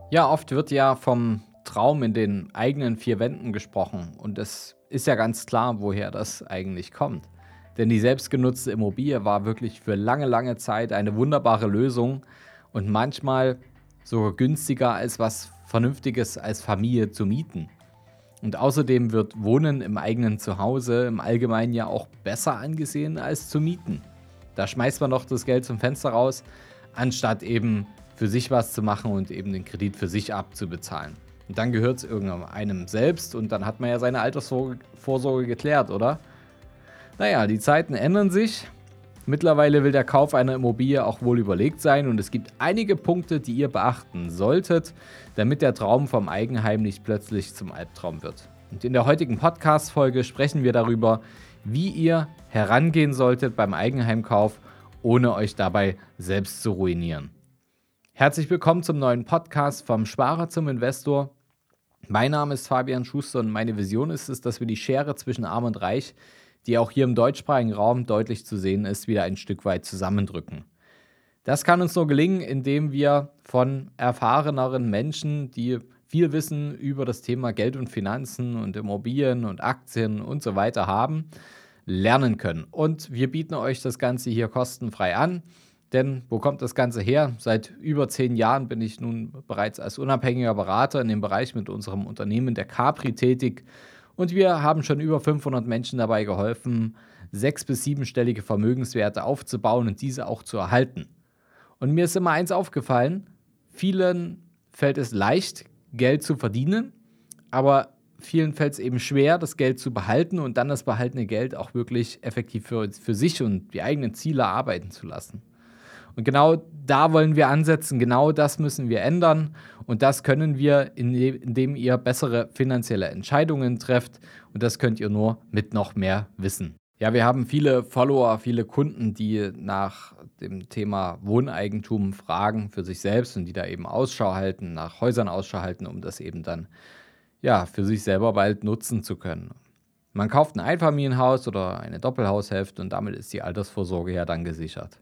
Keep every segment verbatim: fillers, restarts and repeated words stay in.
Ja, oft wird ja vom Traum in den eigenen vier Wänden gesprochen und es ist ja ganz klar, woher das eigentlich kommt. Denn die selbstgenutzte Immobilie war wirklich für lange, lange Zeit eine wunderbare Lösung und manchmal sogar günstiger als was Vernünftiges als Familie zu mieten. Und außerdem wird Wohnen im eigenen Zuhause im Allgemeinen ja auch besser angesehen als zu mieten. Da schmeißt man doch das Geld zum Fenster raus, anstatt eben für sich was zu machen und eben den Kredit für sich abzubezahlen. Und dann gehört es irgendeinem selbst und dann hat man ja seine Altersvorsorge geklärt, oder? Naja, die Zeiten ändern sich. Mittlerweile will der Kauf einer Immobilie auch wohl überlegt sein und es gibt einige Punkte, die ihr beachten solltet, damit der Traum vom Eigenheim nicht plötzlich zum Albtraum wird. Und in der heutigen Podcast-Folge sprechen wir darüber, wie ihr herangehen solltet beim Eigenheimkauf, ohne euch dabei selbst zu ruinieren. Herzlich willkommen zum neuen Podcast vom Sparer zum Investor. Mein Name ist Fabian Schuster und meine Vision ist es, dass wir die Schere zwischen Arm und Reich, die auch hier im deutschsprachigen Raum deutlich zu sehen ist, wieder ein Stück weit zusammendrücken. Das kann uns nur gelingen, indem wir von erfahreneren Menschen, die viel Wissen über das Thema Geld und Finanzen und Immobilien und Aktien und so weiter haben, lernen können. Und wir bieten euch das Ganze hier kostenfrei an. Denn wo kommt das Ganze her? Seit über zehn Jahren bin ich nun bereits als unabhängiger Berater in dem Bereich mit unserem Unternehmen der Capri tätig. Und wir haben schon über fünfhundert Menschen dabei geholfen, sechs- bis siebenstellige Vermögenswerte aufzubauen und diese auch zu erhalten. Und mir ist immer eins aufgefallen: Vielen fällt es leicht, Geld zu verdienen, aber vielen fällt es eben schwer, das Geld zu behalten und dann das behaltene Geld auch wirklich effektiv für, für sich und die eigenen Ziele arbeiten zu lassen. Und genau da wollen wir ansetzen, genau das müssen wir ändern und das können wir, indem ihr bessere finanzielle Entscheidungen trefft und das könnt ihr nur mit noch mehr Wissen. Ja, wir haben viele Follower, viele Kunden, die nach dem Thema Wohneigentum fragen für sich selbst und die da eben Ausschau halten, nach Häusern Ausschau halten, um das eben dann ja für sich selber bald nutzen zu können. Man kauft ein Einfamilienhaus oder eine Doppelhaushälfte und damit ist die Altersvorsorge ja dann gesichert.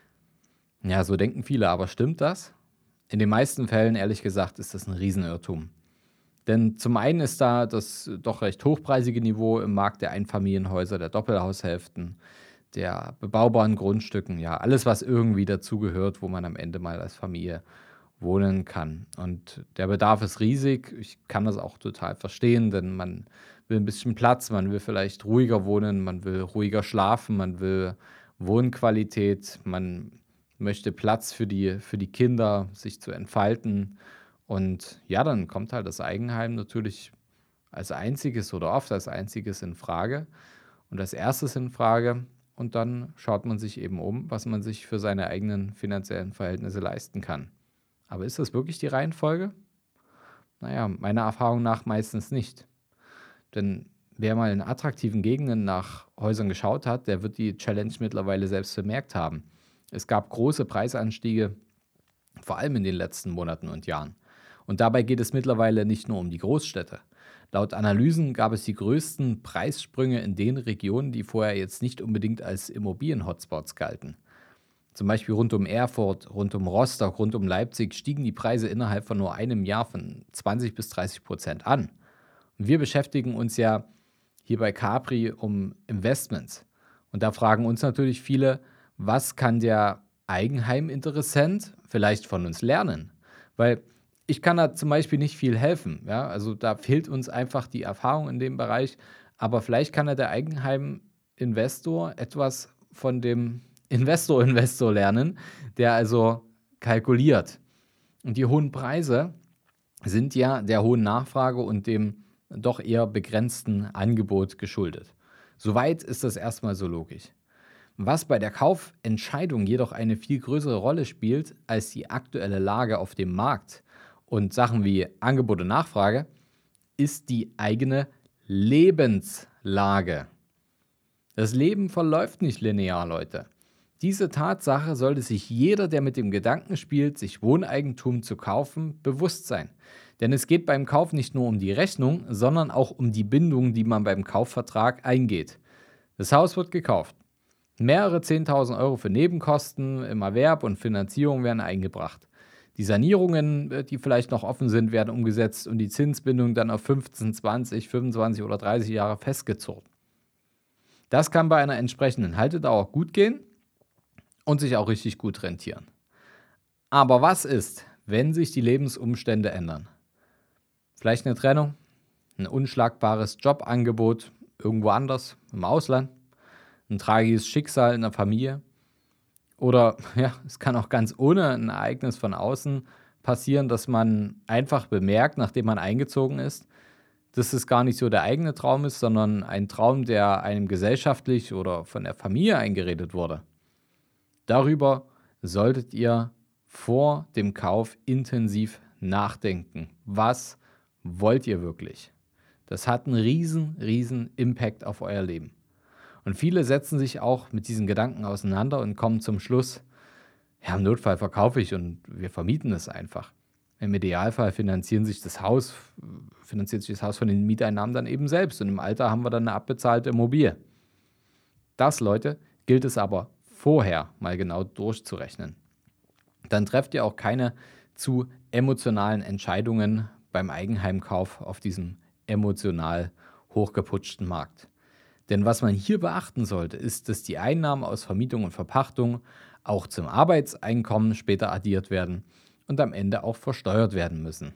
Ja, so denken viele, aber stimmt das? In den meisten Fällen, ehrlich gesagt, ist das ein Riesenirrtum. Denn zum einen ist da das doch recht hochpreisige Niveau im Markt der Einfamilienhäuser, der Doppelhaushälften, der bebaubaren Grundstücken, ja, alles, was irgendwie dazugehört, wo man am Ende mal als Familie wohnen kann. Und der Bedarf ist riesig. Ich kann das auch total verstehen, denn man will ein bisschen Platz, man will vielleicht ruhiger wohnen, man will ruhiger schlafen, man will Wohnqualität, man möchte Platz für die, für die Kinder, sich zu entfalten. Und ja, dann kommt halt das Eigenheim natürlich als einziges oder oft als einziges in Frage und als erstes in Frage. Und dann schaut man sich eben um, was man sich für seine eigenen finanziellen Verhältnisse leisten kann. Aber ist das wirklich die Reihenfolge? Naja, meiner Erfahrung nach meistens nicht. Denn wer mal in attraktiven Gegenden nach Häusern geschaut hat, der wird die Challenge mittlerweile selbst bemerkt haben. Es gab große Preisanstiege, vor allem in den letzten Monaten und Jahren. Und dabei geht es mittlerweile nicht nur um die Großstädte. Laut Analysen gab es die größten Preissprünge in den Regionen, die vorher jetzt nicht unbedingt als Immobilien-Hotspots galten. Zum Beispiel rund um Erfurt, rund um Rostock, rund um Leipzig stiegen die Preise innerhalb von nur einem Jahr von zwanzig bis dreißig Prozent an. Und wir beschäftigen uns ja hier bei Capri um Investments. Und da fragen uns natürlich viele, was kann der Eigenheiminteressent vielleicht von uns lernen? Weil ich kann da zum Beispiel nicht viel helfen. Ja? Also da fehlt uns einfach die Erfahrung in dem Bereich. Aber vielleicht kann ja der Eigenheiminvestor etwas von dem Investor-Investor lernen, der also kalkuliert. Und die hohen Preise sind ja der hohen Nachfrage und dem doch eher begrenzten Angebot geschuldet. Soweit ist das erstmal so logisch. Was bei der Kaufentscheidung jedoch eine viel größere Rolle spielt als die aktuelle Lage auf dem Markt und Sachen wie Angebot und Nachfrage, ist die eigene Lebenslage. Das Leben verläuft nicht linear, Leute. Diese Tatsache sollte sich jeder, der mit dem Gedanken spielt, sich Wohneigentum zu kaufen, bewusst sein. Denn es geht beim Kauf nicht nur um die Rechnung, sondern auch um die Bindung, die man beim Kaufvertrag eingeht. Das Haus wird gekauft. Mehrere zehntausend Euro für Nebenkosten im Erwerb und Finanzierung werden eingebracht. Die Sanierungen, äh, die vielleicht noch offen sind, werden umgesetzt und die Zinsbindung dann auf fünfzehn, zwanzig, fünfundzwanzig oder dreißig Jahre festgezurrt. Das kann bei einer entsprechenden Haltedauer gut gehen und sich auch richtig gut rentieren. Aber was ist, wenn sich die Lebensumstände ändern? Vielleicht eine Trennung, ein unschlagbares Jobangebot irgendwo anders, im Ausland, ein tragisches Schicksal in der Familie oder ja, es kann auch ganz ohne ein Ereignis von außen passieren, dass man einfach bemerkt, nachdem man eingezogen ist, dass es gar nicht so der eigene Traum ist, sondern ein Traum, der einem gesellschaftlich oder von der Familie eingeredet wurde. Darüber solltet ihr vor dem Kauf intensiv nachdenken. Was wollt ihr wirklich? Das hat einen riesen, riesen Impact auf euer Leben. Und viele setzen sich auch mit diesen Gedanken auseinander und kommen zum Schluss, ja, im Notfall verkaufe ich und wir vermieten es einfach. Im Idealfall finanzieren sich das Haus, finanziert sich das Haus von den Mieteinnahmen dann eben selbst und im Alter haben wir dann eine abbezahlte Immobilie. Das, Leute, gilt es aber vorher mal genau durchzurechnen. Dann trefft ihr auch keine zu emotionalen Entscheidungen beim Eigenheimkauf auf diesem emotional hochgeputschten Markt. Denn was man hier beachten sollte, ist, dass die Einnahmen aus Vermietung und Verpachtung auch zum Arbeitseinkommen später addiert werden und am Ende auch versteuert werden müssen.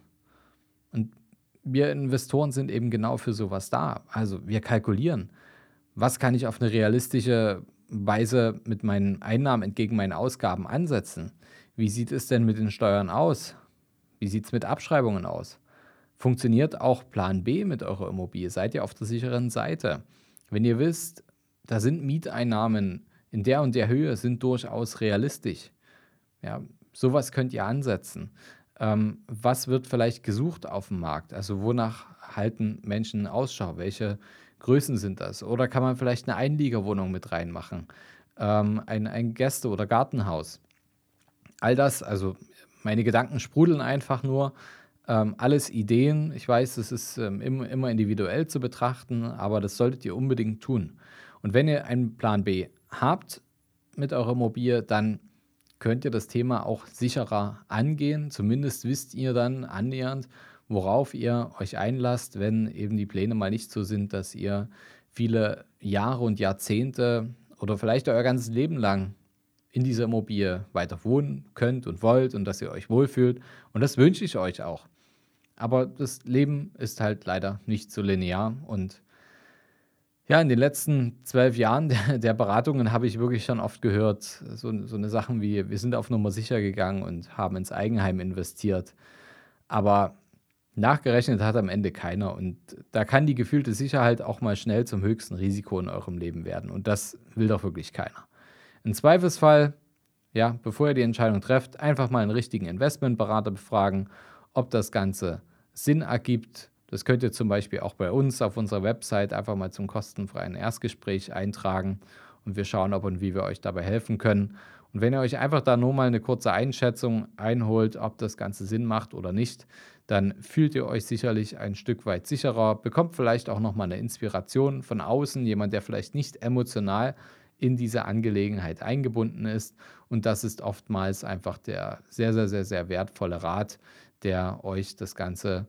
Und wir Investoren sind eben genau für sowas da. Also wir kalkulieren, was kann ich auf eine realistische Weise mit meinen Einnahmen entgegen meinen Ausgaben ansetzen? Wie sieht es denn mit den Steuern aus? Wie sieht es mit Abschreibungen aus? Funktioniert auch Plan B mit eurer Immobilie? Seid ihr auf der sicheren Seite? Wenn ihr wisst, da sind Mieteinnahmen in der und der Höhe, sind durchaus realistisch. Ja, sowas könnt ihr ansetzen. Ähm, was wird vielleicht gesucht auf dem Markt? Also wonach halten Menschen Ausschau? Welche Größen sind das? Oder kann man vielleicht eine Einliegerwohnung mit reinmachen? Ähm, ein, ein Gäste- oder Gartenhaus? All das, also meine Gedanken sprudeln einfach nur. Ähm, alles Ideen. Ich weiß, das ist ähm, immer, immer individuell zu betrachten, aber das solltet ihr unbedingt tun. Und wenn ihr einen Plan B habt mit eurer Immobilie, dann könnt ihr das Thema auch sicherer angehen. Zumindest wisst ihr dann annähernd, worauf ihr euch einlasst, wenn eben die Pläne mal nicht so sind, dass ihr viele Jahre und Jahrzehnte oder vielleicht euer ganzes Leben lang in dieser Immobilie weiter wohnen könnt und wollt und dass ihr euch wohlfühlt. Und das wünsche ich euch auch. Aber das Leben ist halt leider nicht so linear und ja, in den letzten zwölf Jahren der, der Beratungen habe ich wirklich schon oft gehört, so, so eine Sachen wie, wir sind auf Nummer sicher gegangen und haben ins Eigenheim investiert. Aber nachgerechnet hat am Ende keiner. Und da kann die gefühlte Sicherheit auch mal schnell zum höchsten Risiko in eurem Leben werden. Und das will doch wirklich keiner. Im Zweifelsfall, ja, bevor ihr die Entscheidung trefft, einfach mal einen richtigen Investmentberater befragen, ob das Ganze Sinn ergibt. Das könnt ihr zum Beispiel auch bei uns auf unserer Website einfach mal zum kostenfreien Erstgespräch eintragen und wir schauen, ob und wie wir euch dabei helfen können. Und wenn ihr euch einfach da nur mal eine kurze Einschätzung einholt, ob das Ganze Sinn macht oder nicht, dann fühlt ihr euch sicherlich ein Stück weit sicherer, bekommt vielleicht auch nochmal eine Inspiration von außen, jemand, der vielleicht nicht emotional in diese Angelegenheit eingebunden ist. Und das ist oftmals einfach der sehr, sehr, sehr, sehr wertvolle Rat, der euch das Ganze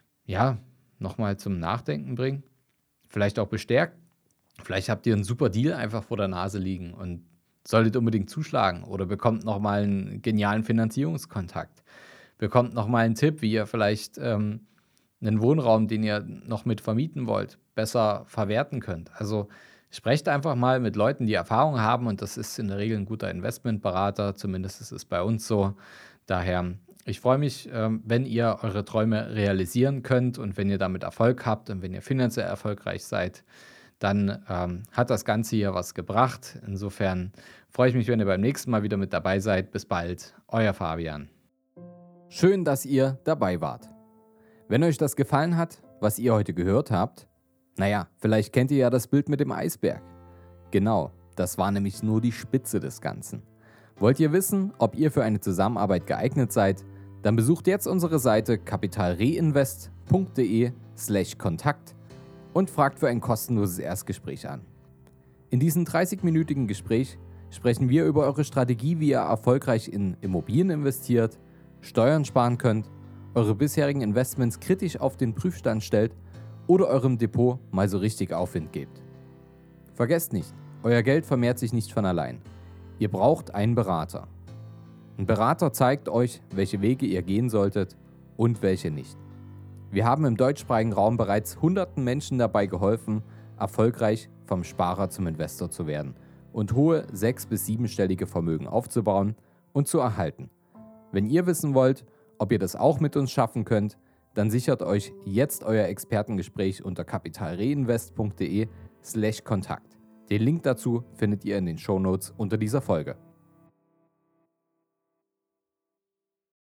ja, nochmal zum Nachdenken bringen, vielleicht auch bestärkt. Vielleicht habt ihr einen super Deal einfach vor der Nase liegen und solltet unbedingt zuschlagen oder bekommt nochmal einen genialen Finanzierungskontakt. Bekommt nochmal einen Tipp, wie ihr vielleicht ähm, einen Wohnraum, den ihr noch mit vermieten wollt, besser verwerten könnt. Also sprecht einfach mal mit Leuten, die Erfahrung haben und das ist in der Regel ein guter Investmentberater, zumindest ist es bei uns so. Daher ich freue mich, ähm, wenn ihr eure Träume realisieren könnt und wenn ihr damit Erfolg habt und wenn ihr finanziell erfolgreich seid, dann ähm, hat das Ganze hier was gebracht. Insofern freue ich mich, wenn ihr beim nächsten Mal wieder mit dabei seid. Bis bald, euer Fabian. Schön, dass ihr dabei wart. Wenn euch das gefallen hat, was ihr heute gehört habt, naja, vielleicht kennt ihr ja das Bild mit dem Eisberg. Genau, das war nämlich nur die Spitze des Ganzen. Wollt ihr wissen, ob ihr für eine Zusammenarbeit geeignet seid? Dann besucht jetzt unsere Seite kapitalreinvest punkt de slash kontakt und fragt für ein kostenloses Erstgespräch an. In diesem dreißig-minütigen Gespräch sprechen wir über eure Strategie, wie ihr erfolgreich in Immobilien investiert, Steuern sparen könnt, eure bisherigen Investments kritisch auf den Prüfstand stellt oder eurem Depot mal so richtig Aufwind gebt. Vergesst nicht, euer Geld vermehrt sich nicht von allein. Ihr braucht einen Berater. Ein Berater zeigt euch, welche Wege ihr gehen solltet und welche nicht. Wir haben im deutschsprachigen Raum bereits hunderten Menschen dabei geholfen, erfolgreich vom Sparer zum Investor zu werden und hohe sechs- bis siebenstellige Vermögen aufzubauen und zu erhalten. Wenn ihr wissen wollt, ob ihr das auch mit uns schaffen könnt, dann sichert euch jetzt euer Expertengespräch unter kapitalreinvest punkt de slash Kontakt. Den Link dazu findet ihr in den Shownotes unter dieser Folge.